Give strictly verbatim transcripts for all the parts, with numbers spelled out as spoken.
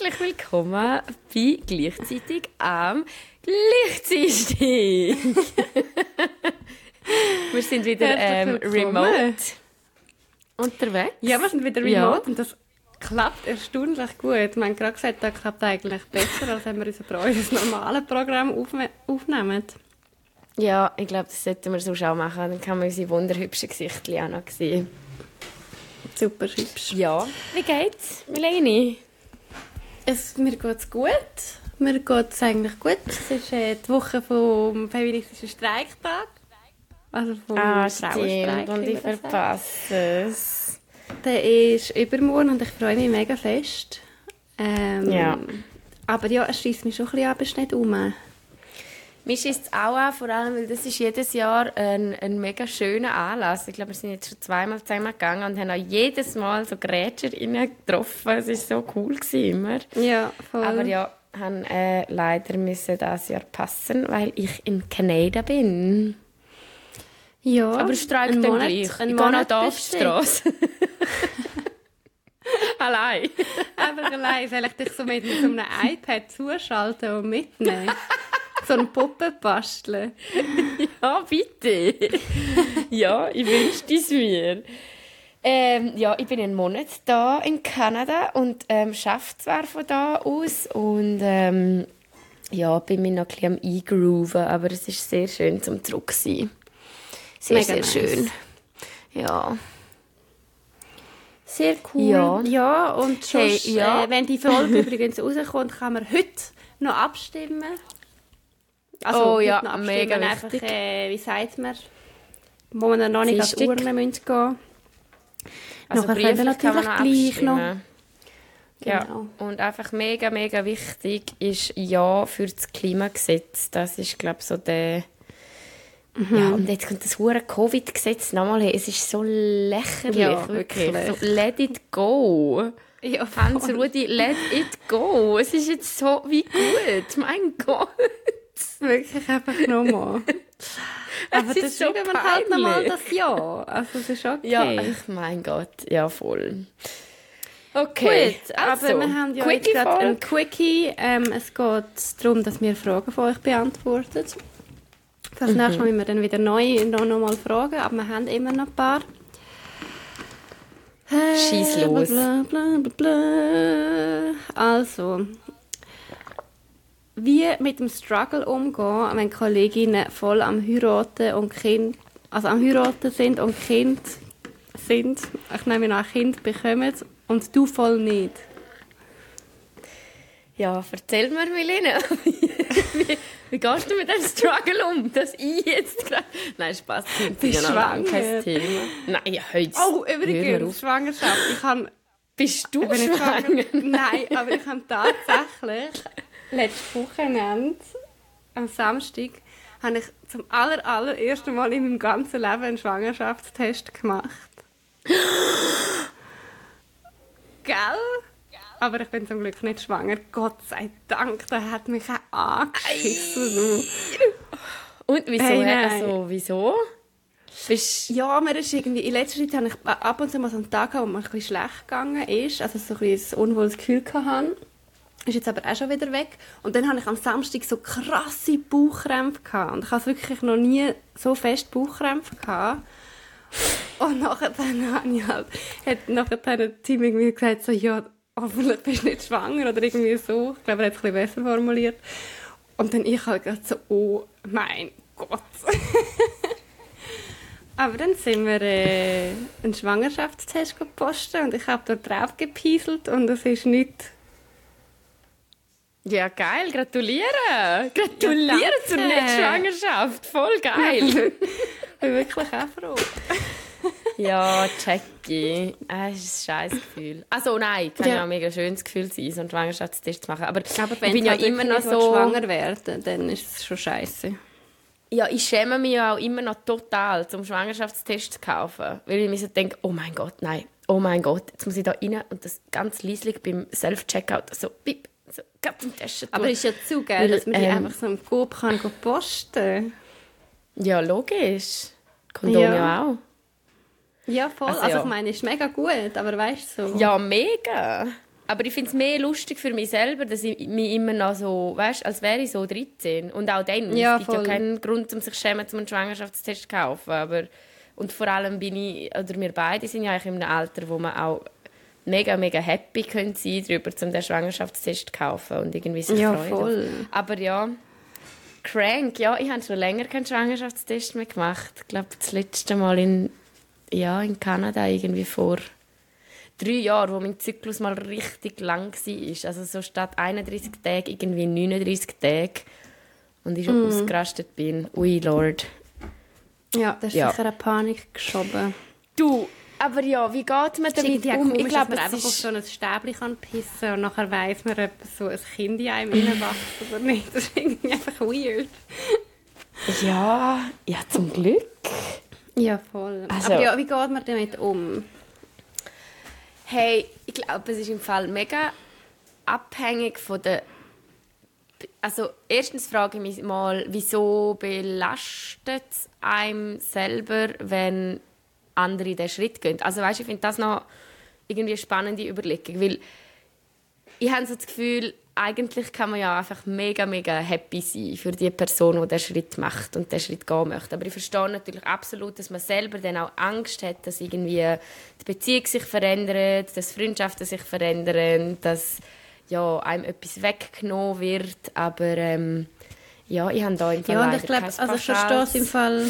herzlich willkommen bei «Gleichzeitig am Gleichzeitig». Wir sind wieder ähm, remote unterwegs. Ja, wir sind wieder remote ja. Und das klappt erstaunlich gut. Wir haben gerade gesagt, das klappt eigentlich besser, als wenn wir unser, unser normales Programm aufne- aufnehmen. Ja, ich glaube, das sollten wir so auch machen. Dann kann man unsere wunderhübschen Gesichter auch noch sehen. Super hübsch. Ja. Wie geht's, Melanie? Es, mir geht's gut. Mir geht's eigentlich gut. Es ist äh, die Woche vom feministischen Streiktag. Also vom ah, Frauenstreik. Und ich verpasse es. Der ist übermorgen und ich freue mich mega fest. Ähm, ja. Aber ja, es scheisst mich schon ein bisschen ab, es ist nicht um. Mir scheisst es auch an, vor allem, weil das ist jedes Jahr ein, ein mega schöner Anlass. Ich glaube, wir sind jetzt schon zweimal zusammengegangen und haben auch jedes Mal so GrätscherInnen getroffen. Es war so cool gewesen, immer. Ja, voll. Aber ja, haben äh, leider müssen dieses Jahr passen, weil ich in Kanada bin. Ja, aber es streikt dann gleich. Ich gehe noch da auf die Straße. Allein. Einfach allein. Soll ich dich so mit so einem iPad zuschalten und mitnehmen? So eine Puppe basteln? Ja, bitte. Ja, ich wünschte es mir. Ähm, ja, ich bin einen Monat da in Kanada und ähm, arbeite zwar von da aus und ähm, ja, bin mich noch ein bisschen am Eingrooven, aber es ist sehr schön zum zurück sein. Sehr, Mega sehr nice. schön. Ja. Sehr cool. Ja, ja und schon, hey, ja. Äh, wenn die Folge übrigens rauskommt, kann man heute noch abstimmen. Also, oh ja, noch mega einfach, wichtig. äh, wie sagt man, wo man dann noch nicht Dienstag. an die Urne gehen müssen. Also Nachher können wir brieflich kann man natürlich noch gleich noch. abstimmen. Ja, Genau. und einfach mega, mega wichtig ist Ja für das Klimagesetz. Das ist, glaube ich, so der... Mhm. Ja, und jetzt kommt das hure Covid-Gesetz nochmal her. Es ist so lächerlich, Ja, wirklich. wirklich. So, let it go. Ja, Hans-Rudi, let it go. Es ist jetzt so wie gut. Mein Gott. Wirklich einfach nochmal. Aber es das ist so schreiben wir halt nochmal peinlich. das Ja. Also es ist okay. Ja, ach mein Gott. Ja, voll. Okay, Gut, aber also, wir haben ja Quickie jetzt gerade Folge. ein Quickie. Ähm, es geht darum, dass wir Fragen von euch beantworten. Das Mhm. nächste Mal müssen wir dann wieder neu noch, noch mal fragen, aber wir haben immer noch ein paar. Äh, Schieß los. Bla, bla, bla, bla. Also, wie mit dem Struggle umgehen, wenn Kolleginnen voll am Heiraten und Kind, also am Heiraten sind und Kind sind, ich nehme noch ein Kind bekommen und du voll nicht. Ja, erzähl mir, Milena. wie, wie gehst du mit dem Struggle um, dass ich jetzt gerade... Nein, Spaß, Kind Bist ja noch lange kein schwanger? Thema. Nein, heute... Oh, übrigens, Schwangerschaft. Ich kann, Bist du ich bin nicht schwanger? schwanger? Nein, aber ich habe tatsächlich letztes Wochenende, am Samstag, habe ich zum aller, allerersten Mal in meinem ganzen Leben einen Schwangerschaftstest gemacht. Gell? Aber ich bin zum Glück nicht schwanger. Gott sei Dank, da hat mich auch angeschissen. Und wieso? Hey, nein. Also, wieso? Bist... Ja, mir ist irgendwie, in letzter Zeit habe ich ab und zu mal so einen Tag gehabt, wo mir ein bisschen schlecht gegangen ist, also so ein bisschen ein unwohles Gefühl hatte. Ist jetzt aber auch schon wieder weg. Und dann hatte ich am Samstag so krasse Bauchkrämpfe gehabt. Und ich hatte wirklich noch nie so fest Bauchkrämpfe gehabt. Und nachher dann habe ich halt, hat nachher dann ein Team irgendwie gesagt, so, ja, hoffentlich bist du nicht schwanger oder irgendwie so. Ich glaube, er hat es ein bisschen besser formuliert. Und dann ich halt gerade so, oh mein Gott. Aber dann sind wir äh, einen Schwangerschaftstest gepostet und ich habe dort drauf gepieselt und es ist nicht... Ja, geil, gratuliere! Gratuliere Ja, zur danke. Nicht-Schwangerschaft, voll geil! Ich bin wirklich auch froh. Ja, checki. Ah, das ist ein scheiß Gefühl. Also nein, kann ja Ja. auch ein mega schönes Gefühl sein, so einen Schwangerschaftstest zu machen. Aber, Aber ich wenn bin du ja halt immer noch wirklich so... schwanger werden, dann ist es schon scheiße. Ja, ich schäme mich ja auch immer noch total, zum Schwangerschaftstest zu kaufen. Weil ich mir so denke, oh mein Gott, nein, oh mein Gott, jetzt muss ich da rein und das ganz leislich beim Self-Checkout so, bip, so, ganz im Taschen Aber es ist ja zu geil, dass man die ähm, einfach so im Coop kann go posten. Ja, logisch. Kondom ja, Ja. auch. Ja, voll. Also, Also, ja. ich meine, es ist mega gut, aber weißt du so. Ja, mega. Aber ich finde es mehr lustig für mich selber, dass ich mich immer noch so, weißt, als wäre ich so dreizehn. Und auch dann, Ja, es gibt voll. ja keinen Grund, um sich zu schämen, um einen Schwangerschaftstest zu kaufen. Aber, und vor allem bin ich, oder wir beide sind ja eigentlich in einem Alter, wo man auch mega, mega happy können sein darüber, um den Schwangerschaftstest zu kaufen und irgendwie sich Ja, freuen. voll. Aber ja, crank, ja, ich habe schon länger keinen Schwangerschaftstest mehr gemacht. Ich glaube, das letzte Mal in, ja, in Kanada, irgendwie vor drei Jahren, wo mein Zyklus mal richtig lang war. Also so statt einunddreißig Tage irgendwie neununddreißig Tage. Und ich schon mm. ausgerastet bin. Ui, Lord. Ja, das ist Ja. sicher eine Panik geschoben. Du, aber ja, wie geht man damit Ja, um? komisch, Ich glaube, dass man es einfach auf ist... so ein Stäbchen kann pissen und nachher weiss man, ob so ein Kind in einem reinwächst oder nicht. Das ist irgendwie einfach weird. Ja, ja, zum Glück. Ja, voll. Also- Aber ja, wie geht man damit um? Hey, ich glaube, es ist im Fall mega abhängig von der... Also erstens frage ich mich mal, wieso belastet es einem selber, wenn andere den Schritt gehen? Also weißt, ich finde das noch irgendwie eine spannende Überlegung, weil ich habe so das Gefühl, eigentlich kann man ja einfach mega, mega happy sein für die Person, die den Schritt macht und den Schritt gehen möchte. Aber ich verstehe natürlich absolut, dass man selber dann auch Angst hat, dass irgendwie die Beziehung sich verändert, dass Freundschaften sich verändern, dass ja, einem etwas weggenommen wird. Aber ähm, ja, ich habe da im Fall Ja, und leider ich glaube, kein also ich verstehe es im Fall...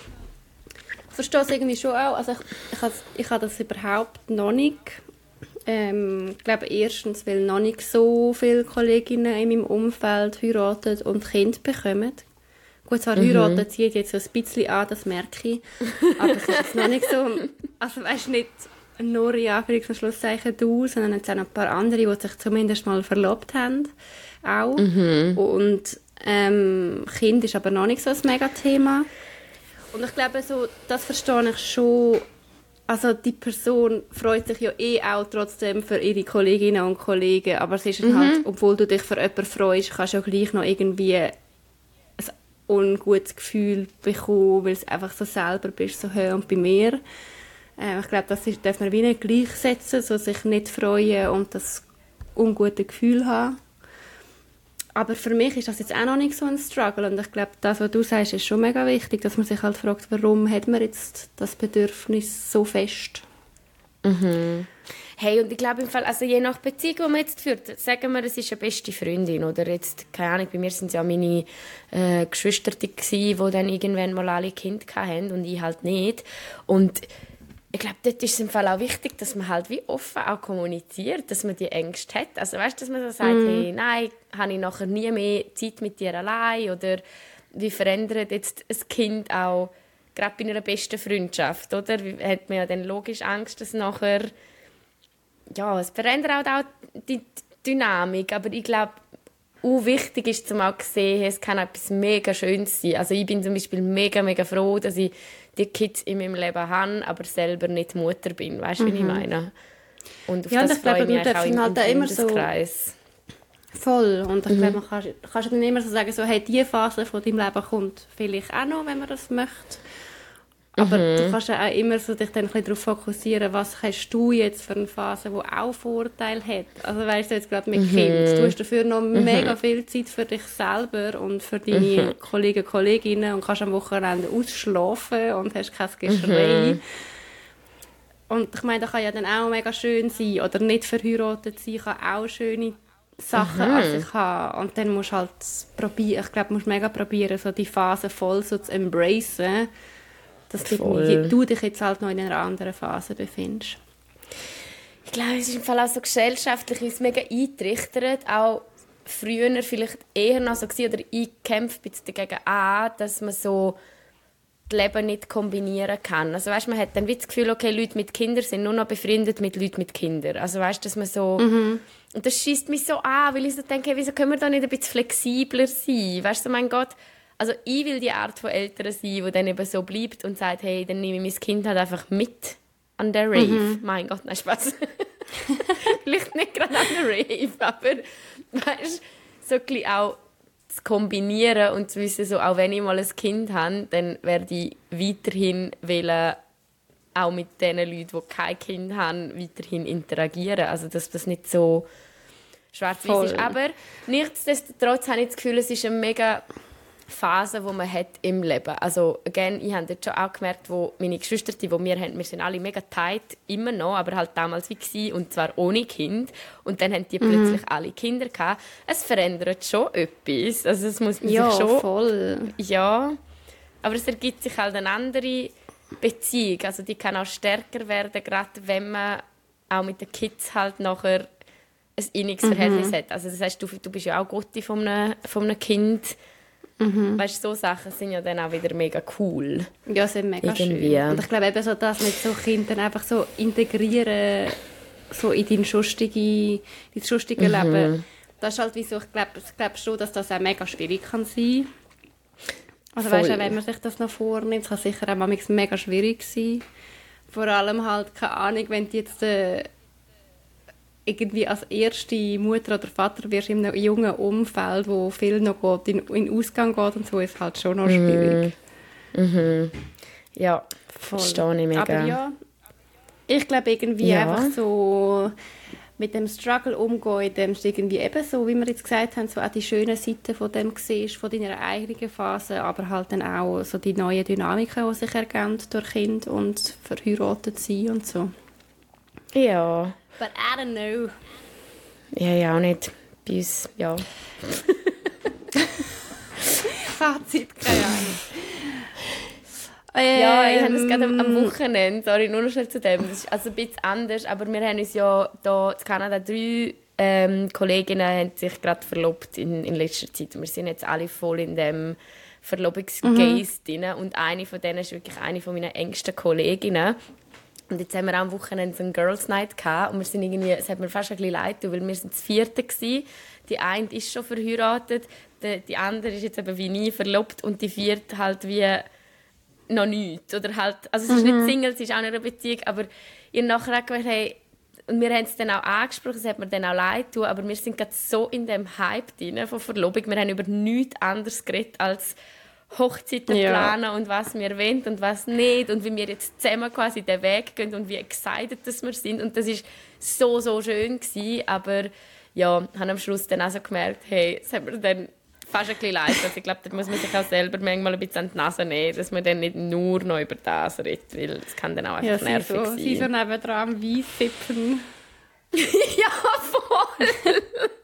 Ich verstehe es irgendwie schon auch. Also ich, ich, habe, ich habe das überhaupt noch nicht. Ähm, ich glaube, erstens, weil noch nicht so viele Kolleginnen in meinem Umfeld heiraten und Kinder bekommen. Gut, zwar Mhm. heiraten zieht jetzt so ein bisschen an, das merke ich. Aber es ist jetzt noch nicht so... Also weißt, nicht nur in Anführungs- und Schlusszeichen du, sondern jetzt auch noch ein paar andere, die sich zumindest mal verlobt haben. Auch. Mhm. Und ähm, Kind ist aber noch nicht so ein Mega-Thema. Und ich glaube, so, das verstehe ich schon. Also die Person freut sich ja eh auch trotzdem für ihre Kolleginnen und Kollegen, aber es ist Mhm. halt, obwohl du dich für jemanden freust, kannst du ja gleich noch irgendwie ein ungutes Gefühl bekommen, weil du einfach so selber bist, so «Hä, und bei mir». Äh, ich glaube, das ist, darf man wie nicht gleichsetzen, so sich nicht freuen und das ungute Gefühl haben. Aber für mich ist das jetzt auch noch nicht so ein Struggle. Und ich glaube, das, was du sagst, ist schon mega wichtig, dass man sich halt fragt, warum hat man jetzt das Bedürfnis so fest? Mhm. Hey, und ich glaube im Fall, also je nach Beziehung, die man jetzt führt, sagen wir, es ist eine beste Freundin oder jetzt, keine Ahnung, bei mir sind es ja meine äh, Geschwister, die, die dann irgendwann mal alle Kinder hatten und ich halt nicht. Und ich glaube, dort ist es im Fall auch wichtig, dass man halt wie offen auch kommuniziert, dass man die Ängste hat. Also weißt du, dass man so sagt, mm. hey, nein, habe ich nachher nie mehr Zeit mit dir allein oder wie verändert jetzt ein Kind auch, gerade bei einer besten Freundschaft, oder? Hat man ja dann logisch Angst, dass nachher, ja, es verändert auch die Dynamik, aber ich glaube, auch wichtig ist, zum auch zu sehen, es kann etwas mega Schönes sein. Also ich bin zum Beispiel mega, mega froh, dass ich die Kids in meinem Leben habe, aber selber nicht Mutter bin. Weißt du, mhm. wie ich meine? Und auf ja, das und freue ich mich glaube, auch im, halt im immer so Freundeskreis. Voll. Und ich Mhm. glaube, man kann, kannst du dann immer so sagen, so, hey, diese Phase von deinem Leben kommt vielleicht auch noch, wenn man das möchte. Aber Mhm. du kannst ja auch immer so dich dann ein bisschen darauf fokussieren, was hast du jetzt für eine Phase, die auch Vorteile hat. Also weißt du, jetzt gerade mit Mhm. Kind, du hast dafür noch Mhm. mega viel Zeit für dich selber und für deine Mhm. Kollegen und Kolleginnen und kannst am Wochenende ausschlafen und hast kein Geschrei. Mhm. Und ich meine, das kann ja dann auch mega schön sein. Oder nicht verheiratet sein kann auch schöne Sachen Mhm. an sich haben. Und dann musst du halt probieren, ich glaube, du musst mega probieren, so die Phase voll so zu embracen, dass du, Voll. du dich jetzt halt noch in einer anderen Phase befindest. Ich glaube, es ist im Fall auch so gesellschaftlich ist mega eintrichtert, auch früher vielleicht eher noch so gewesen, oder ich kämpfe ein bisschen dagegen an, dass man so das Leben nicht kombinieren kann. Also weißt, man hat dann wie das Gefühl, okay, Leute mit Kindern sind nur noch befreundet mit Leuten mit Kindern. Also weißt, dass man so... Mhm. Und das schießt mich so an, weil ich so denke, wieso können wir da nicht ein bisschen flexibler sein? Weißt du, mein Gott, also ich will die Art von Eltern sein, die dann eben so bleibt und sagt, hey, dann nehme ich mein Kind halt einfach mit an der Rave. Mhm. Mein Gott, nein, Spaß. Vielleicht nicht gerade an der Rave, aber weißt, so ein bisschen auch zu kombinieren und zu wissen, so, auch wenn ich mal ein Kind habe, dann werde ich weiterhin wollen, auch mit den Leuten, die kein Kind haben, weiterhin interagieren. Also dass das nicht so schwarz-weiß ist. Aber nichtsdestotrotz habe ich das Gefühl, es ist eine mega Phase, die man hat im Leben. Also, again, ich habe dort schon auch gemerkt, wo meine Geschwister, die wir haben, wir sind alle mega tight, immer noch, aber halt damals wie gewesen, und zwar ohne Kind. Und dann haben die mhm. plötzlich alle Kinder gehabt. Es verändert schon etwas. Also, es muss man ja, sich schon... voll. Ja, aber es ergibt sich halt eine andere Beziehung. Also, die kann auch stärker werden, gerade wenn man auch mit den Kids halt nachher ein inniges mhm. Verhältnis hat. Also, das heißt, du, du bist ja auch Gotti von einem, von einem Kind. Mhm. Weißt, so Sachen sind ja dann auch wieder mega cool. Ja, sind mega Irgendwie. Schön. Und ich glaube eben so, dass mit so Kindern einfach so integrieren so in dein schustige, dein schustige mhm. Leben. Das ist halt wie so, ich glaube ich glaub schon, dass das auch mega schwierig kann sein. Also weißt du, wenn man sich das noch vornimmt, kann sicher auch manchmal mega schwierig sein. Vor allem halt, keine Ahnung, wenn du jetzt äh, irgendwie als erste Mutter oder Vater wirst in einem jungen Umfeld, wo viel noch geht, in, in Ausgang geht und so, ist halt schon noch schwierig. Mhm. Ja, verstehe ich mega. Aber ja, ich glaube irgendwie ja. einfach so mit dem Struggle umgehen, in dem du irgendwie eben so, wie wir jetzt gesagt haben, so auch die schönen Seiten von dem siehst, von deiner eigenen Phase, aber halt dann auch so die neuen Dynamiken, die sich ergeben durch Kind und verheiratet sein und so. Ja. But I don't know. Ja, ja, auch nicht. Bei uns, ja. Fazit, keine Ahnung. Ähm, ja, ich habe das gerade am Wochenende, sorry, nur noch schnell zu dem. Das ist also ein bisschen anders, aber wir haben uns ja hier in Kanada drei ähm, Kolleginnen haben sich gerade verlobt in, in letzter Zeit. Und wir sind jetzt alle voll in dem Verlobungsgeist mhm. drin. Und eine von denen ist wirklich eine von meiner engsten Kolleginnen. Und jetzt haben wir am Wochenende so eine Girls Night gehabt und wir sind irgendwie, es hat mir fast ein bisschen leid getan, weil wir sind das Vierte gewesen. Die eine ist schon verheiratet, die, die andere ist jetzt eben wie nie verlobt und die Vierte halt wie noch nichts. Oder halt, also sie ist mhm. nicht Single, sie ist auch in einer Beziehung, aber ihr nachher auch gesagt, hey, und wir haben es dann auch angesprochen, es hat mir dann auch leid getan, aber wir sind gerade so in dem Hype drin von Verlobung, wir haben über nichts anderes geredet als Hochzeiten ja. planen und was wir wollen und was nicht und wie wir jetzt zusammen quasi den Weg gehen und wie excited dass wir sind und das war so, so schön gewesen, aber ja, ich habe am Schluss dann auch so gemerkt, hey, es hat mir dann fast ein bisschen leid, also ich glaube, da muss man sich auch selber manchmal ein bisschen an die Nase nehmen, dass man dann nicht nur noch über das redet, weil das kann dann auch einfach ja, nervig so, sein. Sie so nebendran am Wein sippen. Ja, voll!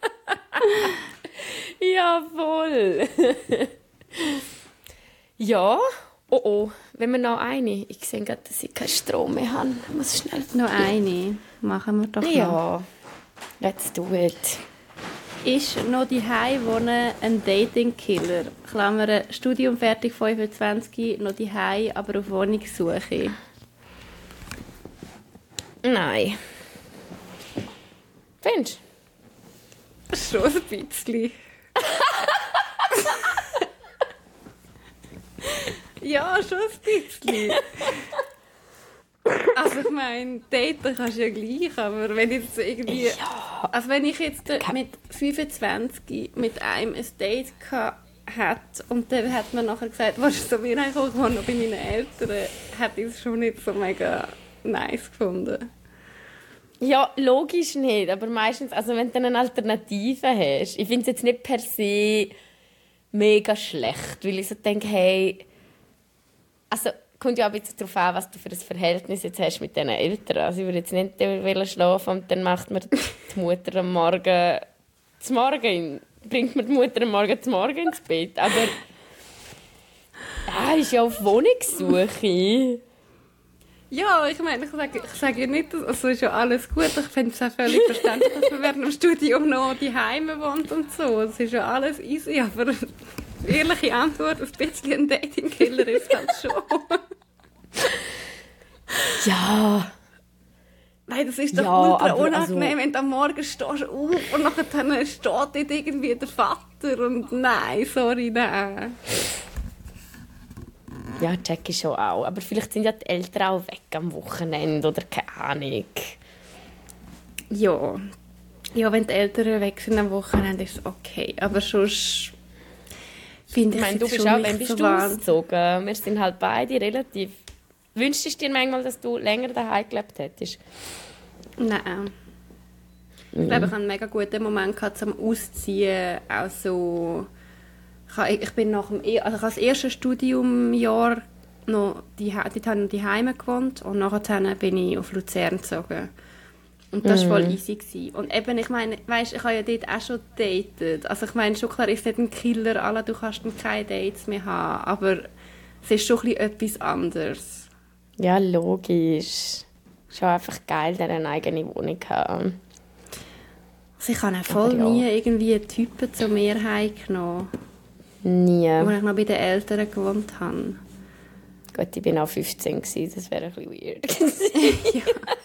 Ja, voll! Ja, oh oh, wenn wir noch eine. Ich sehe gerade, dass ich keinen Strom mehr habe. Ich muss schnell... Noch eine? Machen wir doch noch. Ja, let's do it. Ist noch die wohnen ein Dating-Killer? Klammern, Studium fertig, fünfundzwanzig, noch die aber auf Wohnungssuche? Nein. Findest du? Schon ein bisschen. Ja, schon ein bisschen. Also ich meine, daten kannst du ja gleich, aber wenn ich jetzt irgendwie... Ja. Also wenn ich jetzt mit fünfundzwanzig mit einem ein Date hatte und dann hat man nachher gesagt, was du zu mir reingekommen noch bei meinen Eltern, hätte ich es schon nicht so mega nice gefunden. Ja, logisch nicht, aber meistens, also wenn du eine Alternative hast, ich finde es jetzt nicht per se mega schlecht, weil ich so denke, hey, also kommt ja auch ein bisschen darauf an, was du für ein Verhältnis jetzt hast mit diesen Eltern. Also ich würde jetzt nicht schlafen und dann macht mir die Mutter am Morgen zum Morgen, bringt mir die Mutter am Morgen zum Morgen ins Bett, aber ja, ist ja auf Wohnungssuche. Ja, ich meine, ich sage, ich sage ja nicht, dass, also ist ja alles gut. Ich finde es auch völlig verständlich, dass man während dem Studium noch die Heime wohnt und so. Es ist ja alles easy, aber die ehrliche Antwort, ein bisschen ein Dating-Killer ist halt schon. Ja. Nein, das ist doch ja, ultra unangenehm, also, wenn du am Morgen stehst auf und nachher steht dort irgendwie der Vater und nein, sorry, nein. Ja, check ich schon auch. Aber vielleicht sind ja die Eltern auch weg am Wochenende oder keine Ahnung. Ja. Ja, wenn die Eltern weg sind am Wochenende, ist es okay. Aber sonst finde ich, ich meine, du bist schon auch, nicht wann bist so du ausgezogen? Wir sind halt beide relativ Wünschst du dir manchmal, dass du länger daheim gelebt hättest? Nein. Ich glaube, ich hatte einen mega guten Moment gehabt, zum Ausziehen. Auch so, ich, habe, ich bin nach dem, also ich habe das erste Studiumjahr noch die, dort habe ich daheim gewohnt und nachher bin ich auf Luzern gezogen. Und das war mm. voll easy gewesen. Und eben, ich meine, weißt, ich habe ja dort auch schon datet. Also ich meine, schon klar ist nicht ein Killer, alle, du kannst dann keine Dates mehr haben, aber es ist schon ein bisschen etwas anderes. Ja, logisch. Schon einfach geil, dass eine eigene Wohnung haben. Also ich habe auch voll ja. nie irgendwie einen Typen zu mir heimgenommen. Nie. Wo ich noch bei den Eltern gewohnt habe. Gut, ich war auch fünfzehn, das wäre ein bisschen weird. Ja.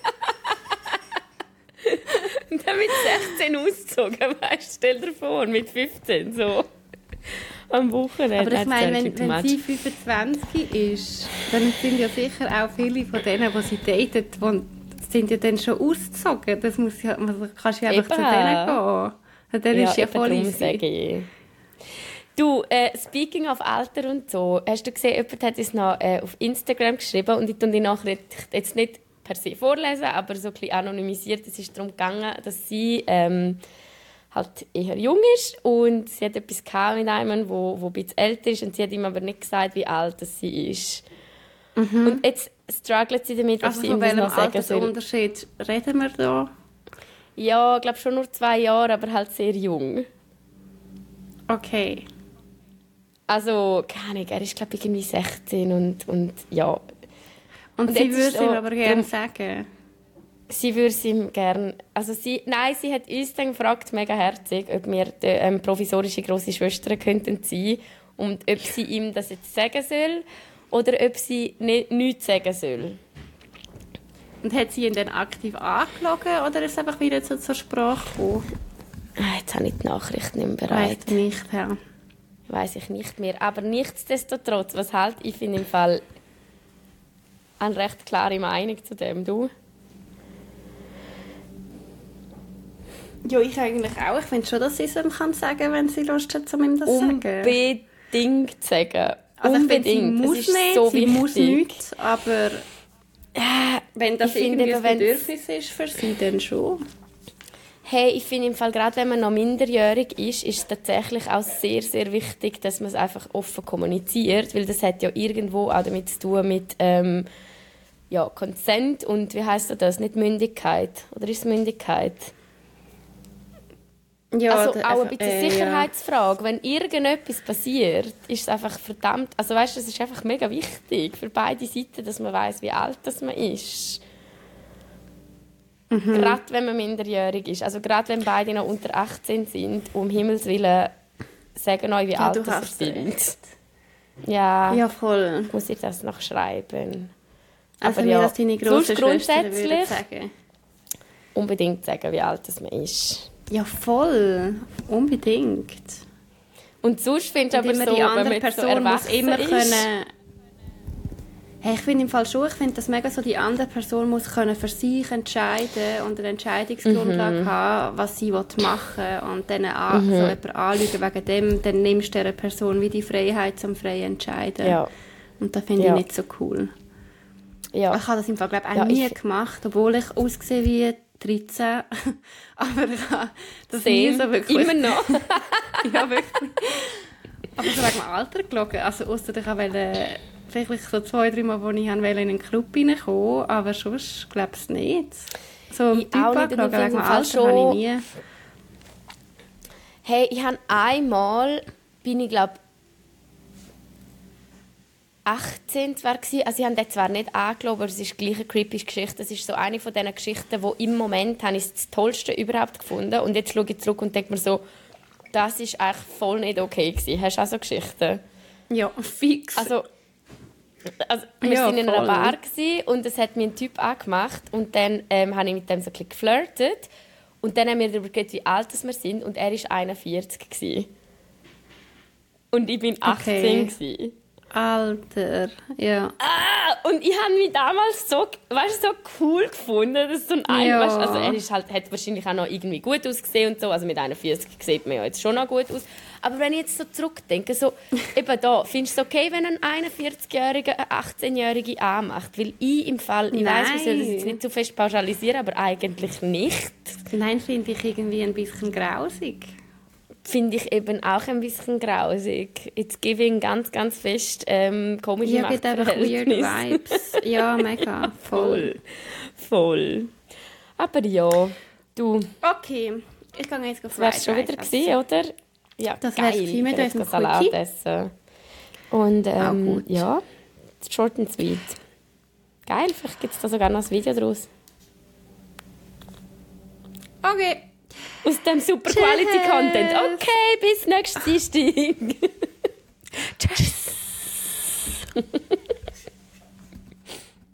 Und dann mit sechzehn ausgezogen, weißt du, stell dir vor, mit fünfzehn so. Am Wochenende. Aber ich meine, wenn, wenn sie fünfundzwanzig ist, dann sind ja sicher auch viele von denen, die sie datet, die sind ja dann schon ausgezogen. Das muss ja, also kannst du ja einfach eben. Zu denen gehen. Und dann ja, ist ja voll easy. Du, äh, speaking of Alter und so, hast du gesehen, jemand hat uns noch äh, auf Instagram geschrieben und ich tue die Nachricht jetzt nicht per se vorlesen, aber so ein bisschen anonymisiert. Es ist darum gegangen, dass sie ähm, halt eher jung ist und sie hat etwas gehabt mit einem, wo, wo ein bisschen älter ist und sie hat ihm aber nicht gesagt, wie alt sie ist. Mhm. Und jetzt struggelt sie damit, ob also sie ihm das noch sagen soll. Unterschied reden wir da? Ja, ich glaube schon nur zwei Jahre, aber halt sehr jung. Okay. Also, keine Ahnung, er ist glaube ich irgendwie sechzehn und, und ja. Und, und sie würde es ihm aber gerne sagen? Sie würde es ihm gerne... Also sie, nein, sie hat uns dann gefragt, mega herzig, ob wir die, ähm, provisorische grosse Schwestern könnten sein und ob sie ihm das jetzt sagen soll oder ob sie nicht, nichts sagen soll. Und hat sie ihn dann aktiv angelogen oder ist es einfach wieder so zur Sprache gekommen? Jetzt habe ich die Nachricht nicht mehr bereit. Weiss nicht, ja. Weiss ich nicht mehr. Aber nichtsdestotrotz, was halt, ich finde im Fall eine recht klare Meinung zu dem, du? Ja, ich eigentlich auch. Ich finde schon, dass sie es ihm sagen kann, wenn sie Lust hat, um ihm das zu sagen. Unbedingt sagen. Also Unbedingt. Ich finde, sie muss nicht, so sie muss nichts, aber äh, wenn das irgendwie finde, ein Bedürfnis ist für sie, dann schon. Hey, ich finde im Fall, gerade wenn man noch minderjährig ist, ist es tatsächlich auch sehr, sehr wichtig, dass man es einfach offen kommuniziert, weil das hat ja irgendwo auch damit zu tun mit ähm, ja, Consent und wie heisst das? Nicht Mündigkeit. Oder ist es Mündigkeit? Ja, also auch ein bisschen äh, Sicherheitsfrage. Ja. Wenn irgendetwas passiert, ist es einfach verdammt... Also weißt du, es ist einfach mega wichtig für beide Seiten, dass man weiss, wie alt das man ist. Mhm. Gerade wenn man minderjährig ist. Also gerade wenn beide noch unter achtzehn sind, um Himmels Willen, sagen euch, wie ja, alt das sind. Ja, ja, voll. Muss ich das noch schreiben. Also aber mir, ja, dass deine grosse Schwester würde sagen. Unbedingt sagen, wie alt das man ist. Ja, voll. Unbedingt. Und sonst finde ich aber so, die andere Person so muss immer ist. können... Hey, ich finde im Fall schon, ich finde, dass mega so die andere Person muss können für sich entscheiden und eine Entscheidungsgrundlage mhm. haben, was sie machen will. Und dann an, mhm. so jemanden anlügen wegen dem, dann nimmst du dieser Person wie die Freiheit zum frei entscheiden. Ja. Und das finde ja. ich nicht so cool. Ja. Ich habe das im Fall, glaube ich, auch ja, nie ich... gemacht, obwohl ich aussehe wie dreizehn. Aber ich habe das Same. nie so wirklich... Immer noch. Ja, wirklich. Aber so wegen dem Alter gelogen. Also ausser ich wollte vielleicht so zwei, drei Mal, wo ich in einen Club reinkommen, aber sonst glaube ich es nicht. So ich auch nicht. Gelogen, wegen dem Alter schon... habe ich nie. Hey, ich habe einmal, bin ich glaube achtzehn zwar gewesen. Also ich habe den zwar nicht angelogen, aber es ist gleich eine creepy Geschichte. Das ist so eine von diesen Geschichten, wo im Moment habe ich das Tollste überhaupt gefunden. Und jetzt schaue ich zurück und denke mir so, das ist eigentlich voll nicht okay gewesen. Hast du auch so Geschichten? Ja, fix. Also, also wir ja, waren in einer Bar gewesen, und es hat mir ein Typ angemacht und dann ähm, habe ich mit dem so ein bisschen geflirtet und dann haben wir darüber geredet, wie alt wir sind und er war einundvierzig gewesen. Und ich bin achtzehn. Okay. Alter, ja. Ah, und ich habe mich damals so, weißt, so cool gefunden, dass so ein ein, Ja. weißt, also er ist halt, hat wahrscheinlich auch noch irgendwie gut ausgesehen und so, also mit einundvierzig sieht man ja jetzt schon noch gut aus. Aber wenn ich jetzt so zurückdenke, so, eben da, findest du es okay, wenn ein einundvierzigjähriger eine achtzehnjährige anmacht? Weil ich im Fall, ich weiss, wir sollen das jetzt nicht zu fest pauschalisieren, aber eigentlich nicht. Nein, finde ich irgendwie ein bisschen grausig. Finde ich eben auch ein bisschen grausig. It's giving ganz, ganz fest ähm, komische Ja, gibt einfach weird Machtverhältnisse. Vibes. Ja, mega. Voll. Voll. Voll. Aber ja, du, Okay, ich gehe jetzt auf das wär's schon wieder gewesen, oder? Ja, Das geil. wär's gewesen mit Ich will jetzt unserem Salat Quickie. essen. Und Auch ähm, gut. ja, short and sweet. Geil, vielleicht gibt es da sogar noch ein Video draus. Okay. Aus dem super Quality Content. Okay, bis nächstes Dienstag. Tschüss.